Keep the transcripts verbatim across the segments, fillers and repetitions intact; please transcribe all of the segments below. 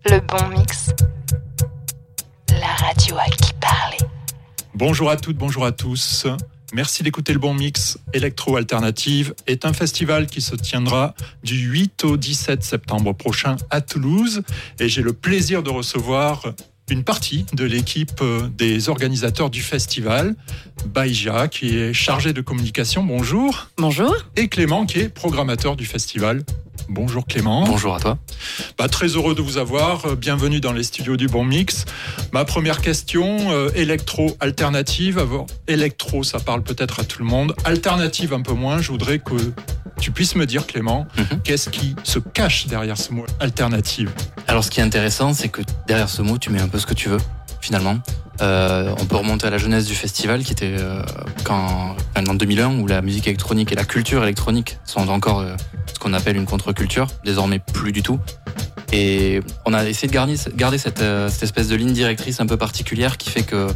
Le bon mix, la radio à qui parler. Bonjour à toutes, bonjour à tous. Merci d'écouter Le Bon Mix. Électro-Alternative est un festival qui se tiendra du huit au dix-sept septembre prochain à Toulouse. Et j'ai le plaisir de recevoir une partie de l'équipe des organisateurs du festival. Baïja, qui est chargé de communication. Bonjour. Bonjour. Et Clément, qui est programmateur du festival. Bonjour Clément. Bonjour à toi. Bah, très heureux de vous avoir. Bienvenue dans les studios du Bon Mix. Ma première question, euh, électro-alternative. Électro, ça parle peut-être à tout le monde. Alternative, un peu moins. Je voudrais que tu puisses me dire, Clément, mm-hmm. qu'est-ce qui se cache derrière ce mot alternative ? Alors, ce qui est intéressant, c'est que derrière ce mot, tu mets un peu ce que tu veux, finalement. Euh, on peut remonter à la jeunesse du festival, qui était euh, quand, en deux mille un, où la musique électronique et la culture électronique sont encore euh, ce qu'on appelle une contre-culture, désormais plus du tout. Et on a essayé de garder, garder cette, euh, cette espèce de ligne directrice un peu particulière qui fait que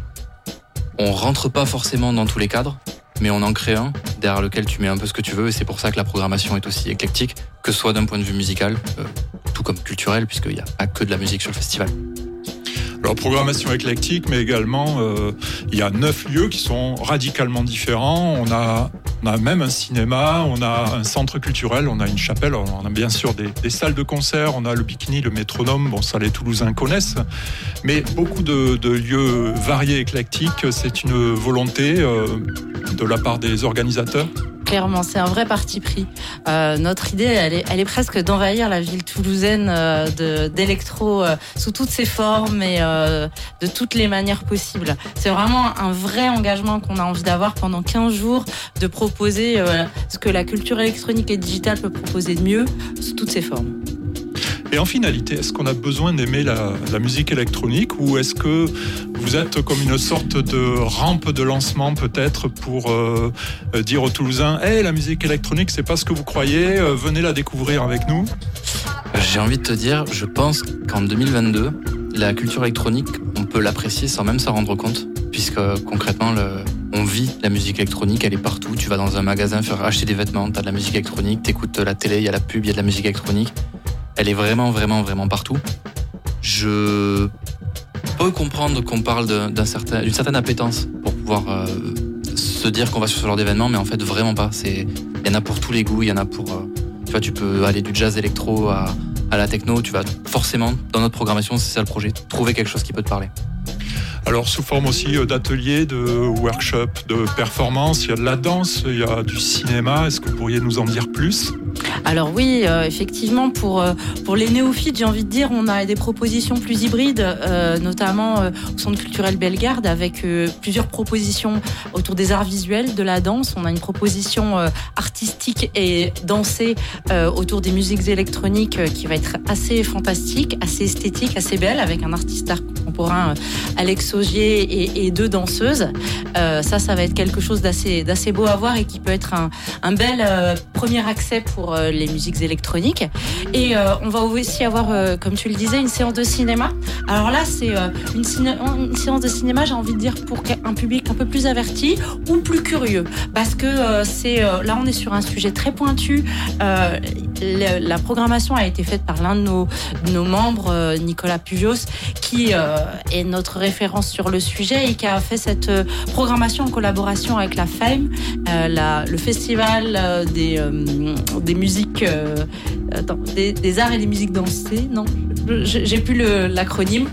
on rentre pas forcément dans tous les cadres, mais on en crée un derrière lequel tu mets un peu ce que tu veux, et c'est pour ça que la programmation est aussi éclectique, que ce soit d'un point de vue musical, euh, tout comme culturel, puisqu'il n'y a pas que de la musique sur le festival. Alors, programmation éclectique, mais également, euh, il y a neuf lieux qui sont radicalement différents. On a, on a même un cinéma, on a un centre culturel, on a une chapelle, on a bien sûr des, des salles de concert, on a le Bikini, le Métronome, bon, ça les Toulousains connaissent, mais beaucoup de, de lieux variés, éclectiques. C'est une volonté euh, de la part des organisateurs. Clairement, c'est un vrai parti pris. Euh, notre idée, elle est, elle est presque d'envahir la ville toulousaine euh, de, d'électro euh, sous toutes ses formes et euh, de toutes les manières possibles. C'est vraiment un vrai engagement qu'on a envie d'avoir pendant quinze jours, de proposer euh, ce que la culture électronique et digitale peut proposer de mieux sous toutes ses formes. Et en finalité, est-ce qu'on a besoin d'aimer la, la musique électronique, ou est-ce que vous êtes comme une sorte de rampe de lancement peut-être pour euh, dire aux Toulousains hey, « la musique électronique, c'est pas ce que vous croyez, euh, venez la découvrir avec nous ». J'ai envie de te dire, je pense qu'en deux mille vingt-deux, la culture électronique, on peut l'apprécier sans même s'en rendre compte, puisque concrètement, le, on vit la musique électronique, elle est partout. Tu vas dans un magasin faire acheter des vêtements, t'as de la musique électronique, t'écoutes la télé, il y a la pub, il y a de la musique électronique. Elle est vraiment, vraiment, vraiment partout. Je peux comprendre qu'on parle de, d'un certain, d'une certaine appétence pour pouvoir euh, se dire qu'on va sur ce genre d'événement, mais en fait, vraiment pas. C'est, il y en a pour tous les goûts, il y en a pour... Euh, tu vois, tu peux aller du jazz électro à, à la techno. Tu vas forcément, dans notre programmation, c'est ça le projet, trouver quelque chose qui peut te parler. Alors, sous forme aussi d'ateliers, de workshops, de performances, il y a de la danse, il y a du cinéma. Est-ce que vous pourriez nous en dire plus ? Alors oui, euh, effectivement, pour, euh, pour les néophytes, j'ai envie de dire, on a des propositions plus hybrides, euh, notamment euh, au Centre culturel Bellegarde, avec euh, plusieurs propositions autour des arts visuels, de la danse. On a une proposition euh, artistique et dansée euh, autour des musiques électroniques euh, qui va être assez fantastique, assez esthétique, assez belle, avec un artiste d'art contemporain, euh, Alex Augier, et, et deux danseuses. Euh, ça, ça va être quelque chose d'assez, d'assez beau à voir et qui peut être un, un bel euh, premier accès pour euh, les musiques électroniques. Et euh, on va aussi avoir, euh, comme tu le disais, une séance de cinéma. Alors là, c'est euh, une, ciné- une séance de cinéma, j'ai envie de dire, pour un public un peu plus averti ou plus curieux. Parce que euh, c'est, euh, là, on est sur un sujet très pointu. Euh, le, la programmation a été faite par l'un de nos, de nos membres, euh, Nicolas Pugios, qui euh, est notre référence sur le sujet et qui a fait cette euh, programmation en collaboration avec la Fame, euh, la, le festival euh, des, euh, des musiques, euh, attends, des, des arts et des musiques dansées. Non, j'ai plus le, l'acronyme.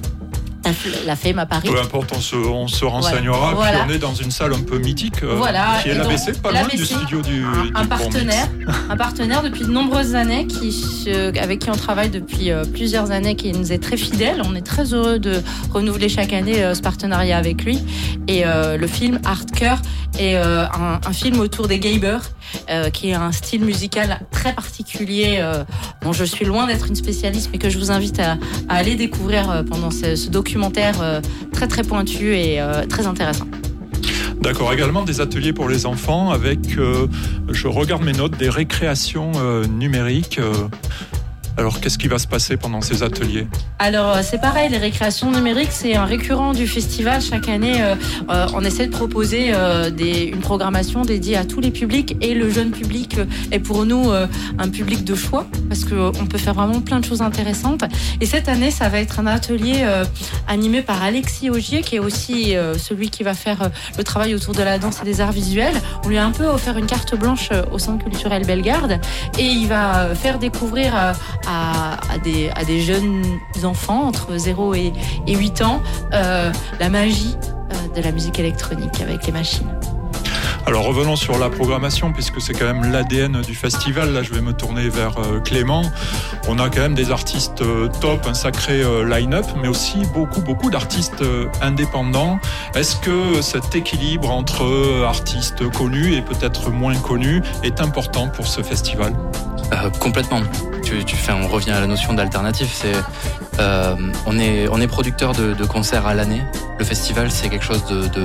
La Fame à Paris. Peu importe, on se, on se renseignera. Voilà. Puis on est dans une salle un peu mythique, euh, voilà. qui est l'A B C, pas loin du studio du, un, un du partenaire, un partenaire depuis de nombreuses années, qui, euh, avec qui on travaille depuis euh, plusieurs années, qui nous est très fidèle. On est très heureux de renouveler chaque année euh, ce partenariat avec lui. Et euh, le film Hardcore est euh, un, un film autour des Gaybers, euh, qui est un style musical très particulier, euh, dont je suis loin d'être une spécialiste, mais que je vous invite à, à aller découvrir euh, pendant ce, ce documentaire euh, très très pointu et euh, très intéressant. D'accord, également des ateliers pour les enfants avec, euh, je regarde mes notes, des récréations euh, numériques. Euh, Alors, qu'est-ce qui va se passer pendant ces ateliers ? Alors, c'est pareil, les récréations numériques, c'est un récurrent du festival. Chaque année, euh, euh, on essaie de proposer euh, des, une programmation dédiée à tous les publics. Et le jeune public est pour nous euh, un public de choix, parce qu'on peut faire vraiment plein de choses intéressantes. Et cette année, ça va être un atelier euh, animé par Alexis Augier, qui est aussi euh, celui qui va faire euh, le travail autour de la danse et des arts visuels. On lui a un peu offert une carte blanche euh, au Centre culturel Bellegarde. Et il va faire découvrir euh, À, à, des, à des jeunes enfants entre zéro et, et huit ans euh, la magie euh, de la musique électronique avec les machines. Alors revenons sur la programmation, puisque c'est quand même l'A D N du festival. Là, je vais me tourner vers euh, Clément. On a quand même des artistes euh, top, un sacré euh, line-up, mais aussi beaucoup, beaucoup d'artistes euh, indépendants. Est-ce que cet équilibre entre euh, artistes connus et peut-être moins connus est important pour ce festival ? Euh, complètement. Tu, tu fais, on revient à la notion d'alternative. C'est, euh, on est, on est producteur de, de concerts à l'année. Le festival, c'est quelque chose de, de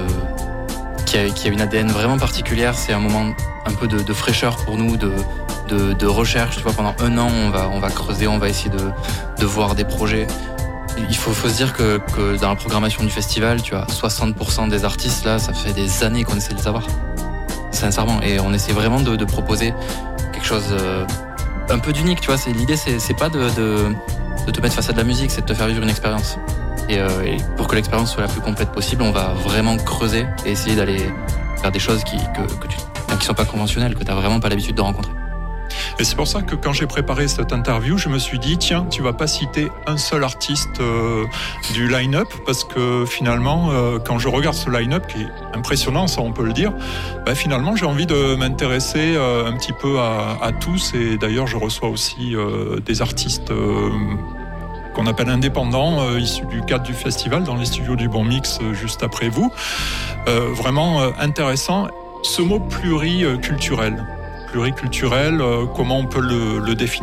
qui, a, qui a une A D N vraiment particulière. C'est un moment un peu de, de fraîcheur pour nous, de, de, de recherche. Tu vois, pendant un an, on va, on va creuser, on va essayer de, de voir des projets. Il faut, faut se dire que, que dans la programmation du festival, tu as soixante pour cent des artistes là, ça fait des années qu'on essaie de les avoir. Sincèrement, et on essaie vraiment de, de proposer quelque chose. Euh, un peu d'unique, tu vois. C'est, l'idée, c'est, c'est pas de, de, de te mettre face à de la musique, c'est de te faire vivre une expérience. Et, euh, et pour que l'expérience soit la plus complète possible, on va vraiment creuser et essayer d'aller faire des choses qui, que, que tu, qui sont pas conventionnelles, que tu n'as vraiment pas l'habitude de rencontrer. Et c'est pour ça que quand j'ai préparé cette interview, je me suis dit, tiens, tu vas pas citer un seul artiste euh, du line-up, parce que finalement, euh, quand je regarde ce line-up, qui est impressionnant, ça on peut le dire, bah, finalement j'ai envie de m'intéresser euh, un petit peu à, à tous. Et d'ailleurs, je reçois aussi euh, des artistes euh, qu'on appelle indépendants, euh, issus du cadre du festival, dans les studios du Bon Mix, euh, juste après vous. Euh, vraiment euh, intéressant. Ce mot pluriculturel. Pluriculturel, euh, comment on peut le, le définir ?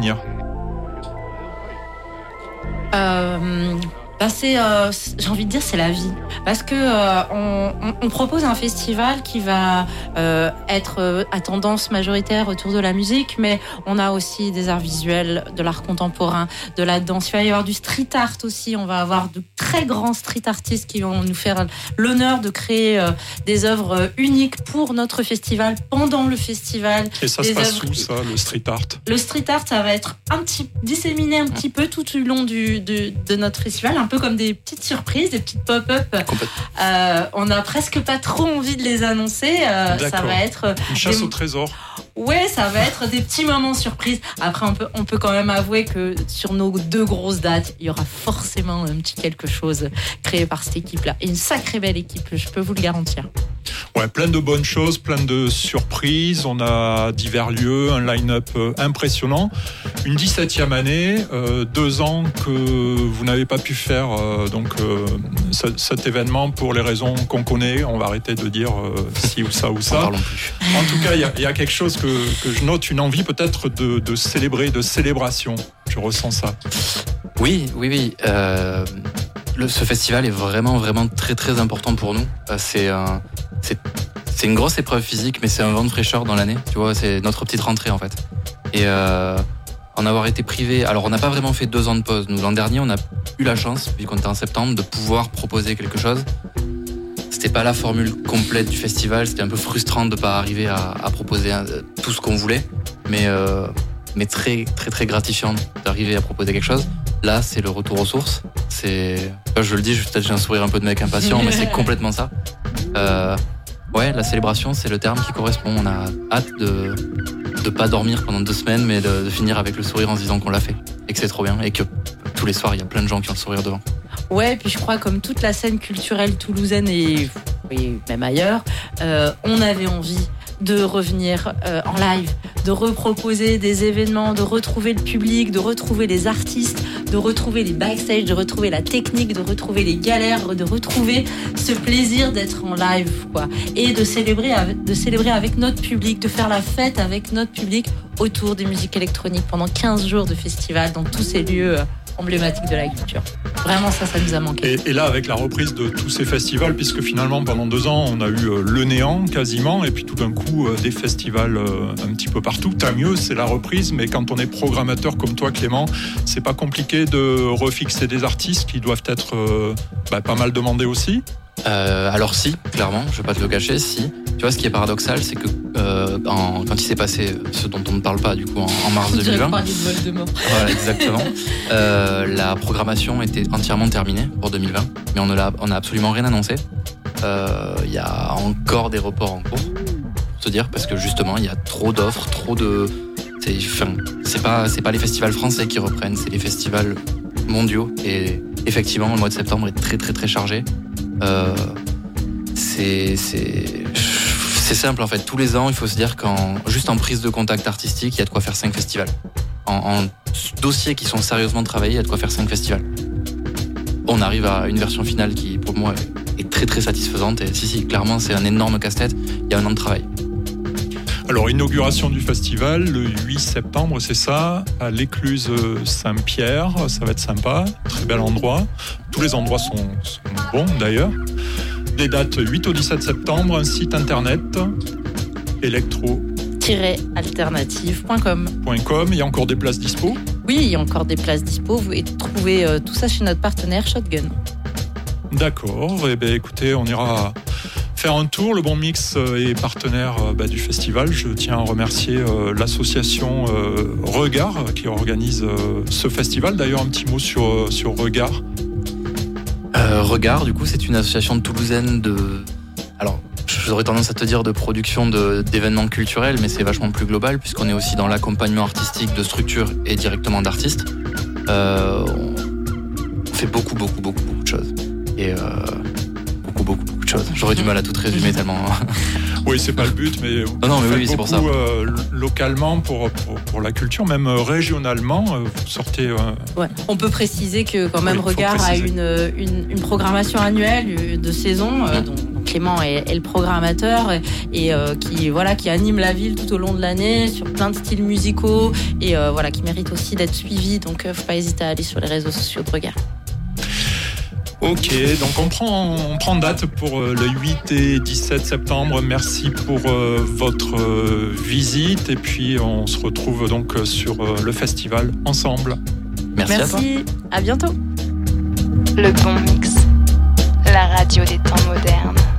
euh, bah c'est, euh, j'ai envie de dire, c'est la vie. Parce que euh, on, on, on propose un festival qui va euh, être à tendance majoritaire autour de la musique, mais on a aussi des arts visuels, de l'art contemporain, de la danse. Il va y avoir du street art aussi. On va avoir de très grands street artistes qui vont nous faire l'honneur de créer euh, des œuvres uniques pour notre festival, pendant le festival. Et ça se passe où, ça, le street art ? Le street art, ça va être un petit, disséminé un petit peu tout au long du, de, de notre festival, un peu comme des petites surprises, des petites pop-up. Euh, on n'a presque pas trop envie de les annoncer. Euh, ça va être une chasse des... au trésor. Ouais, ça va être des petits moments surprises. Après, on peut, on peut quand même avouer que sur nos deux grosses dates, il y aura forcément un petit quelque chose créé par cette équipe-là. Et une sacrée belle équipe, je peux vous le garantir. Ouais, plein de bonnes choses, plein de surprises. On a divers lieux, un line-up impressionnant. Une dix-septième année, euh, deux ans que vous n'avez pas pu faire euh, donc euh, ce, cet événement pour les raisons qu'on connaît. On va arrêter de dire euh, ci ou ça ou ça. En tout cas, il y, y a quelque chose que, que je note, une envie peut-être de, de célébrer, de célébration. Je ressens ça. Oui, oui, oui. Euh, le, ce festival est vraiment, vraiment très, très important pour nous. Euh, c'est un... C'est, c'est une grosse épreuve physique, mais c'est un vent de fraîcheur dans l'année. Tu vois, c'est notre petite rentrée en fait. Et euh, en avoir été privé, alors on n'a pas vraiment fait deux ans de pause. Nous, l'an dernier, on a eu la chance, vu qu'on était en septembre, de pouvoir proposer quelque chose. C'était pas la formule complète du festival. C'était un peu frustrant de pas arriver à, à proposer tout ce qu'on voulait, mais euh, mais très très très gratifiant d'arriver à proposer quelque chose. Là, c'est le retour aux sources. C'est, je le dis, peut-être j'ai un sourire un peu de mec impatient, mais c'est complètement ça. Euh, ouais, la célébration, c'est le terme qui correspond. On a hâte de de pas dormir pendant deux semaines, mais de, de finir avec le sourire en se disant qu'on l'a fait et que c'est trop bien et que tous les soirs, il y a plein de gens qui ont le sourire devant. Ouais, et puis je crois comme toute la scène culturelle toulousaine et, et même ailleurs, euh, on avait envie de revenir euh, en live, de reproposer des événements, de retrouver le public, de retrouver les artistes, de retrouver les backstage, de retrouver la technique, de retrouver les galères, de retrouver ce plaisir d'être en live, quoi, et de célébrer avec, de célébrer avec notre public, de faire la fête avec notre public autour des musiques électroniques pendant quinze jours de festival dans tous ces lieux emblématiques de la culture. Vraiment, ça, ça nous a manqué. Et, et là, avec la reprise de tous ces festivals, puisque finalement, pendant deux ans, on a eu euh, le néant quasiment, et puis tout d'un coup, euh, des festivals euh, un petit peu partout. Tant mieux, c'est la reprise, mais quand on est programmateur comme toi, Clément, c'est pas compliqué de refixer des artistes qui doivent être euh, bah, pas mal demandés aussi. Euh, alors si, clairement, je vais pas te le cacher, si. Tu vois, ce qui est paradoxal, c'est que euh, en, quand il s'est passé ce dont on ne parle pas du coup en, en mars deux mille vingt, voilà, exactement, euh, la programmation était entièrement terminée pour deux mille vingt, mais on ne l'a, on a absolument rien annoncé. Il euh, y a encore des reports en cours, pour te dire, parce que justement, il y a trop d'offres, trop de, c'est, enfin, c'est pas, c'est pas les festivals français qui reprennent, c'est les festivals mondiaux. Et effectivement, le mois de septembre est très très très chargé. Euh, c'est, c'est, c'est simple en fait. Tous les ans, il faut se dire qu'en juste en prise de contact artistique, il y a de quoi faire cinq festivals. En, en dossiers qui sont sérieusement travaillés, il y a de quoi faire cinq festivals. On arrive à une version finale qui, pour moi, est très très satisfaisante. Et si, si, clairement, c'est un énorme casse-tête. Il y a un an de travail. Alors, inauguration du festival le huit septembre, c'est ça, à l'écluse Saint-Pierre. Ça va être sympa, très bel endroit. Tous les endroits sont, sont bons d'ailleurs. Les dates huit au dix-sept septembre, un site internet électro alternative point com. Il y a encore des places dispo? Oui, il y a encore des places dispo. Vous pouvez trouver euh, tout ça chez notre partenaire Shotgun. D'accord. Eh bien, écoutez, on ira faire un tour. Le Bon Mix est partenaire bah, du festival. Je tiens à remercier euh, l'association euh, Regard qui organise euh, ce festival. D'ailleurs, un petit mot sur, euh, sur Regard. Euh, Regard, du coup, c'est une association de Toulousaine de... Alors, j'aurais tendance à te dire de production de, d'événements culturels, mais c'est vachement plus global puisqu'on est aussi dans l'accompagnement artistique de structures et directement d'artistes. Euh, on fait beaucoup, beaucoup, beaucoup, beaucoup de choses. Et... Euh... beaucoup, beaucoup, beaucoup de choses. J'aurais du mal à tout résumer tellement... Oui, c'est pas le but, mais non, non, mais oui, c'est pour ça. Euh, localement pour, pour, pour la culture, même régionalement, euh, vous sortez... Euh... Ouais. On peut préciser que quand même oui, Regard a une, une, une programmation annuelle de saison, euh, dont Clément est, est le programmateur, et, et euh, qui, voilà, qui anime la ville tout au long de l'année, sur plein de styles musicaux, et euh, voilà, qui mérite aussi d'être suivi, donc euh, faut pas hésiter à aller sur les réseaux sociaux de Regard. Ok, donc on prend, on prend date pour le huit et dix-sept septembre. Merci pour euh, votre euh, visite et puis on se retrouve donc sur euh, le festival ensemble. Merci, Merci, à toi. À bientôt. Le Bon Mix, la radio des temps modernes.